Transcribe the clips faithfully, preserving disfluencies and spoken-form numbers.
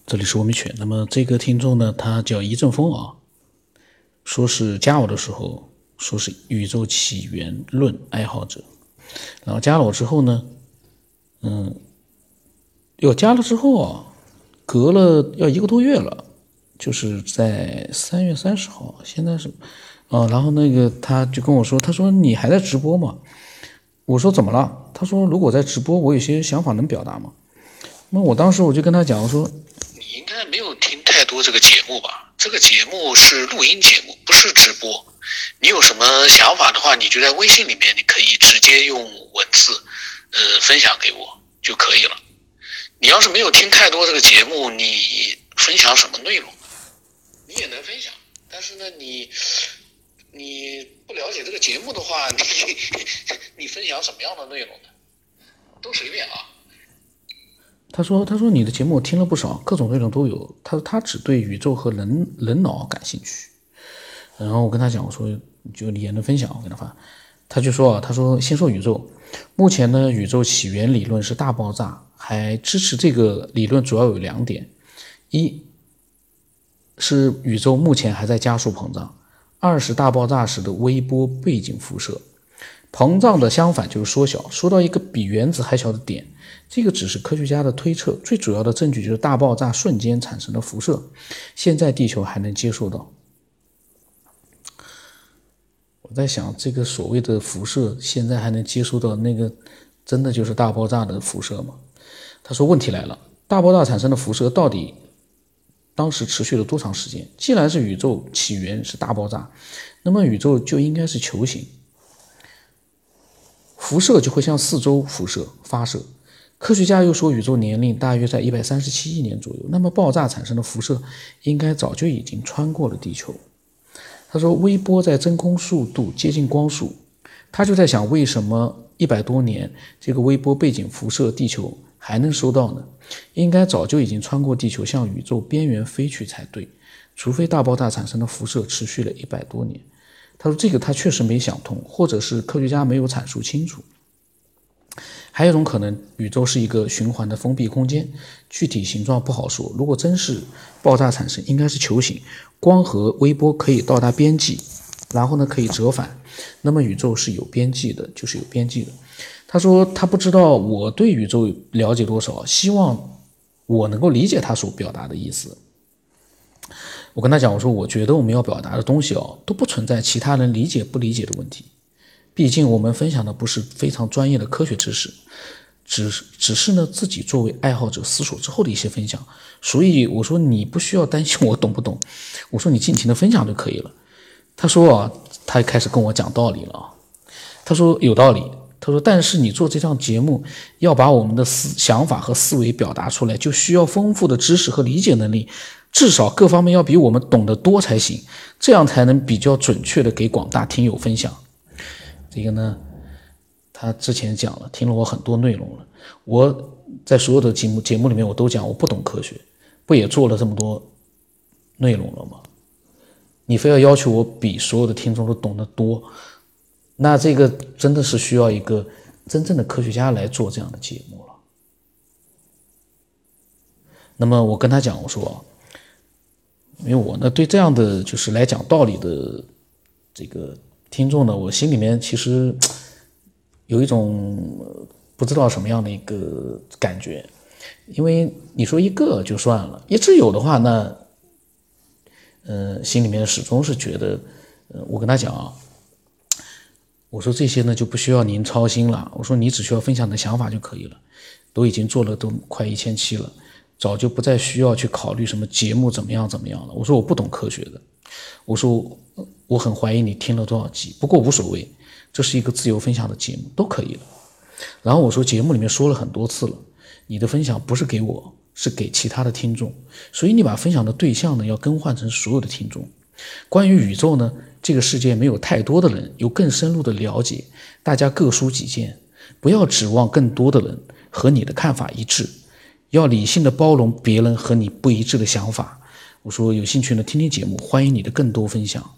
这里是文明犬。那么这个听众呢，他叫一阵风啊，说是加我的时候说是宇宙起源论爱好者，然后加了我之后呢，嗯，要加了之后啊，隔了要一个多月了，就是在三月三十号，现在是啊，然后那个他就跟我说，他说你还在直播吗？我说怎么了？他说如果在直播，我有些想法能表达吗？那我当时我就跟他讲，我说你应该没有听太多这个节目吧？这个节目是录音节目，不是直播。你有什么想法的话，你就在微信里面，你可以直接用文字，呃，分享给我就可以了。你要是没有听太多这个节目，你分享什么内容？你也能分享，但是呢，你你不了解这个节目的话，你你分享什么样的内容呢？都随便啊。 他说他说你的节目我听了不少，各种内容都有。他说他只对宇宙和人人脑感兴趣。然后我跟他讲，我说就你也能分享，我跟他发。他就说啊，他说先说宇宙，目前呢宇宙起源理论是大爆炸，还支持这个理论主要有两点：一是宇宙目前还在加速膨胀；二是大爆炸时的微波背景辐射。膨胀的相反就是缩小，缩到一个比原子还小的点。这个只是科学家的推测，最主要的证据就是大爆炸瞬间产生的辐射，现在地球还能接受到。我在想，这个所谓的辐射现在还能接收到，那个真的就是大爆炸的辐射吗？他说问题来了，大爆炸产生的辐射到底当时持续了多长时间？既然是宇宙起源是大爆炸，那么宇宙就应该是球形，辐射就会向四周辐射发射。科学家又说宇宙年龄大约在一百三十七亿年左右，那么爆炸产生的辐射应该早就已经穿过了地球。他说微波在真空速度接近光速，他就在想为什么一百多年这个微波背景辐射地球还能收到呢？应该早就已经穿过地球向宇宙边缘飞去才对，除非大爆炸产生的辐射持续了一百多年。他说这个他确实没想通，或者是科学家没有阐述清楚。还有一种可能，宇宙是一个循环的封闭空间，具体形状不好说。如果真是爆炸产生，应该是球形，光和微波可以到达边际，然后呢可以折返，那么宇宙是有边际的，就是有边际的。他说他不知道我对宇宙了解多少，希望我能够理解他所表达的意思。我跟他讲，我说我觉得我们要表达的东西哦，都不存在其他人理解不理解的问题。毕竟我们分享的不是非常专业的科学知识，只只是呢自己作为爱好者思索之后的一些分享。所以我说你不需要担心我懂不懂，我说你尽情的分享就可以了。他说啊，他开始跟我讲道理了啊。他说有道理，他说但是你做这档节目要把我们的思想法和思维表达出来，就需要丰富的知识和理解能力，至少各方面要比我们懂得多才行，这样才能比较准确的给广大听友分享。这个呢，他之前讲了，听了我很多内容了。我在所有的节目节目里面，我都讲我不懂科学，不也做了这么多内容了吗？你非要要求我比所有的听众都懂得多，那这个真的是需要一个真正的科学家来做这样的节目了。那么我跟他讲，我说，因为我呢对这样的就是来讲道理的这个听众呢，我心里面其实有一种不知道什么样的一个感觉。因为你说一个就算了，一直有的话那呃，心里面始终是觉得呃，我跟他讲啊，我说这些呢就不需要您操心了，我说你只需要分享的想法就可以了，都已经做了都快一千期了，早就不再需要去考虑什么节目怎么样怎么样了。我说我不懂科学的，我说我很怀疑你听了多少集，不过无所谓，这是一个自由分享的节目，都可以了。然后我说节目里面说了很多次了，你的分享不是给我，是给其他的听众，所以你把分享的对象呢要更换成所有的听众。关于宇宙呢，这个世界没有太多的人有更深入的了解，大家各抒己见，不要指望更多的人和你的看法一致，要理性的包容别人和你不一致的想法。我说有兴趣呢听听节目，欢迎你的更多分享。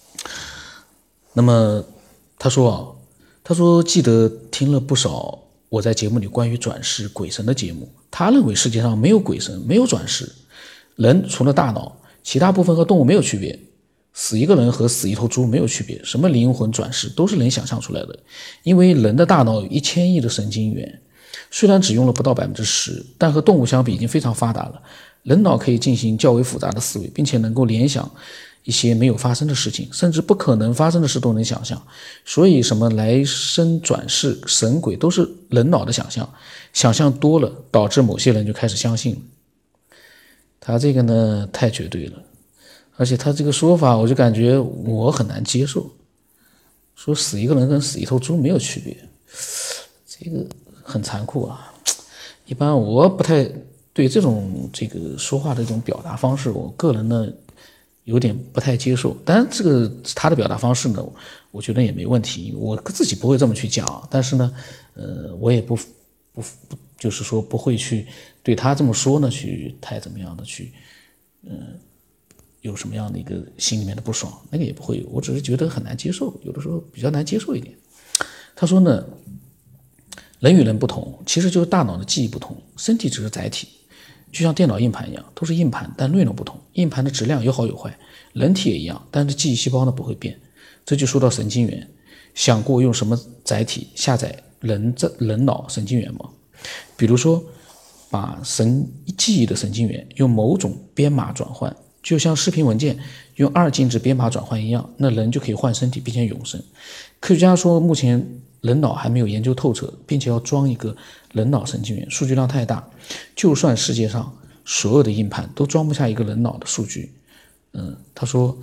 那么他说啊，他说记得听了不少我在节目里关于转世鬼神的节目，他认为世界上没有鬼神，没有转世，人除了大脑，其他部分和动物没有区别，死一个人和死一头猪没有区别，什么灵魂转世都是人想象出来的。因为人的大脑有一千亿的神经元，虽然只用了不到 百分之十， 但和动物相比已经非常发达了。人脑可以进行较为复杂的思维，并且能够联想一些没有发生的事情，甚至不可能发生的事都能想象。所以什么来生转世神鬼都是人脑的想象，想象多了导致某些人就开始相信了。他这个呢太绝对了，而且他这个说法我就感觉我很难接受，说死一个人跟死一头猪没有区别，这个很残酷啊。一般我不太对这种这个说话的这种表达方式，我个人呢有点不太接受。当然这个他的表达方式呢我觉得也没问题，我自己不会这么去讲，但是呢呃我也不不不就是说不会去对他这么说呢去太怎么样的去嗯、呃、有什么样的一个心里面的不爽，那个也不会有，我只是觉得很难接受，有的时候比较难接受一点。他说呢，人与人不同，其实就是大脑的记忆不同，身体只是载体，就像电脑硬盘一样，都是硬盘，但内容不同，硬盘的质量有好有坏，人体也一样，但是记忆细胞呢不会变。这就说到神经元，想过用什么载体下载人人脑神经元吗？比如说把神记忆的神经元用某种编码转换，就像视频文件用二进制编码转换一样，那人就可以换身体并且永生。科学家说目前人脑还没有研究透彻，并且要装一个人脑神经元，数据量太大，就算世界上所有的硬盘都装不下一个人脑的数据。嗯，他说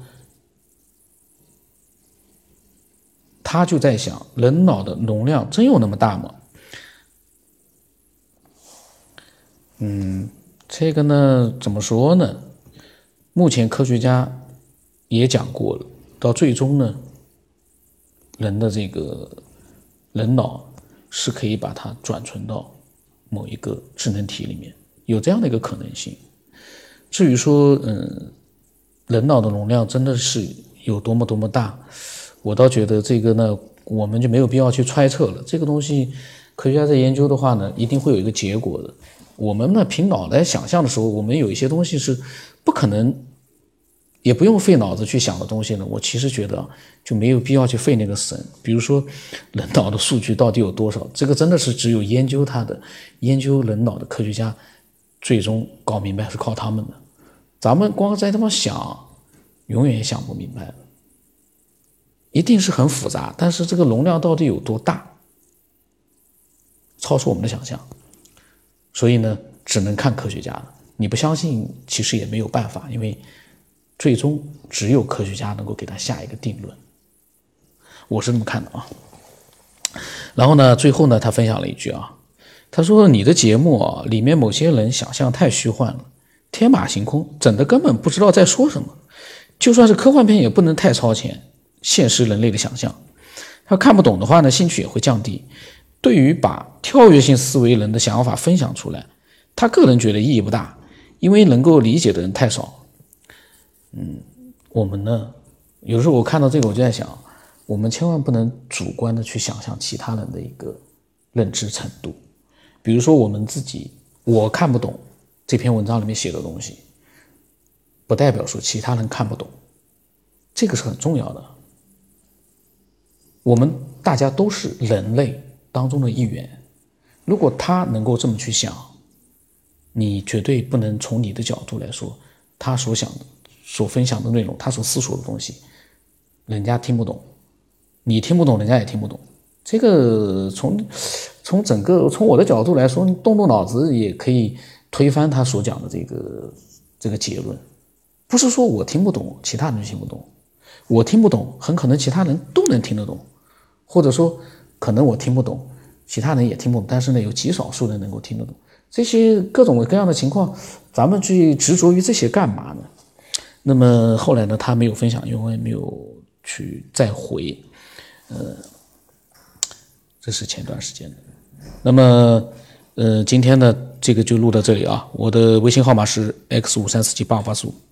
他就在想，人脑的容量真有那么大吗？嗯，这个呢怎么说呢，目前科学家也讲过了，到最终呢人的这个人脑是可以把它转存到某一个智能体里面，有这样的一个可能性。至于说嗯，人脑的容量真的是有多么多么大，我倒觉得这个呢我们就没有必要去揣测了，这个东西科学家在研究的话呢一定会有一个结果的。我们呢凭脑袋想象的时候，我们有一些东西是不可能也不用费脑子去想的东西呢，我其实觉得就没有必要去费那个神。比如说人脑的数据到底有多少，这个真的是只有研究它的研究人脑的科学家最终搞明白，是靠他们的。咱们光在这么想永远也想不明白了，一定是很复杂，但是这个容量到底有多大超出我们的想象，所以呢只能看科学家了。你不相信其实也没有办法，因为最终只有科学家能够给他下一个定论，我是这么看的啊。然后呢最后呢他分享了一句啊，他说你的节目啊里面某些人想象太虚幻了，天马行空，整的根本不知道在说什么，就算是科幻片也不能太超前现实人类的想象，他看不懂的话呢兴趣也会降低。对于把跳跃性思维人的想法分享出来，他个人觉得意义不大，因为能够理解的人太少。嗯，我们呢有时候我看到这个我就在想，我们千万不能主观的去想象其他人的一个认知程度。比如说我们自己，我看不懂这篇文章里面写的东西，不代表说其他人看不懂，这个是很重要的。我们大家都是人类当中的一员，如果他能够这么去想，你绝对不能从你的角度来说，他所想的所分享的内容，他所思索的东西人家听不懂，你听不懂人家也听不懂。这个从从整个从我的角度来说，你动动脑子也可以推翻他所讲的这个这个结论。不是说我听不懂其他人听不懂，我听不懂很可能其他人都能听得懂，或者说可能我听不懂其他人也听不懂，但是呢有极少数人能够听得懂。这些各种各样的情况，咱们去执着于这些干嘛呢？那么后来呢他没有分享，因为没有去再回，呃，这是前段时间的。那么呃，今天呢这个就录到这里啊，我的微信号码是 X 五三四七 八五八四五。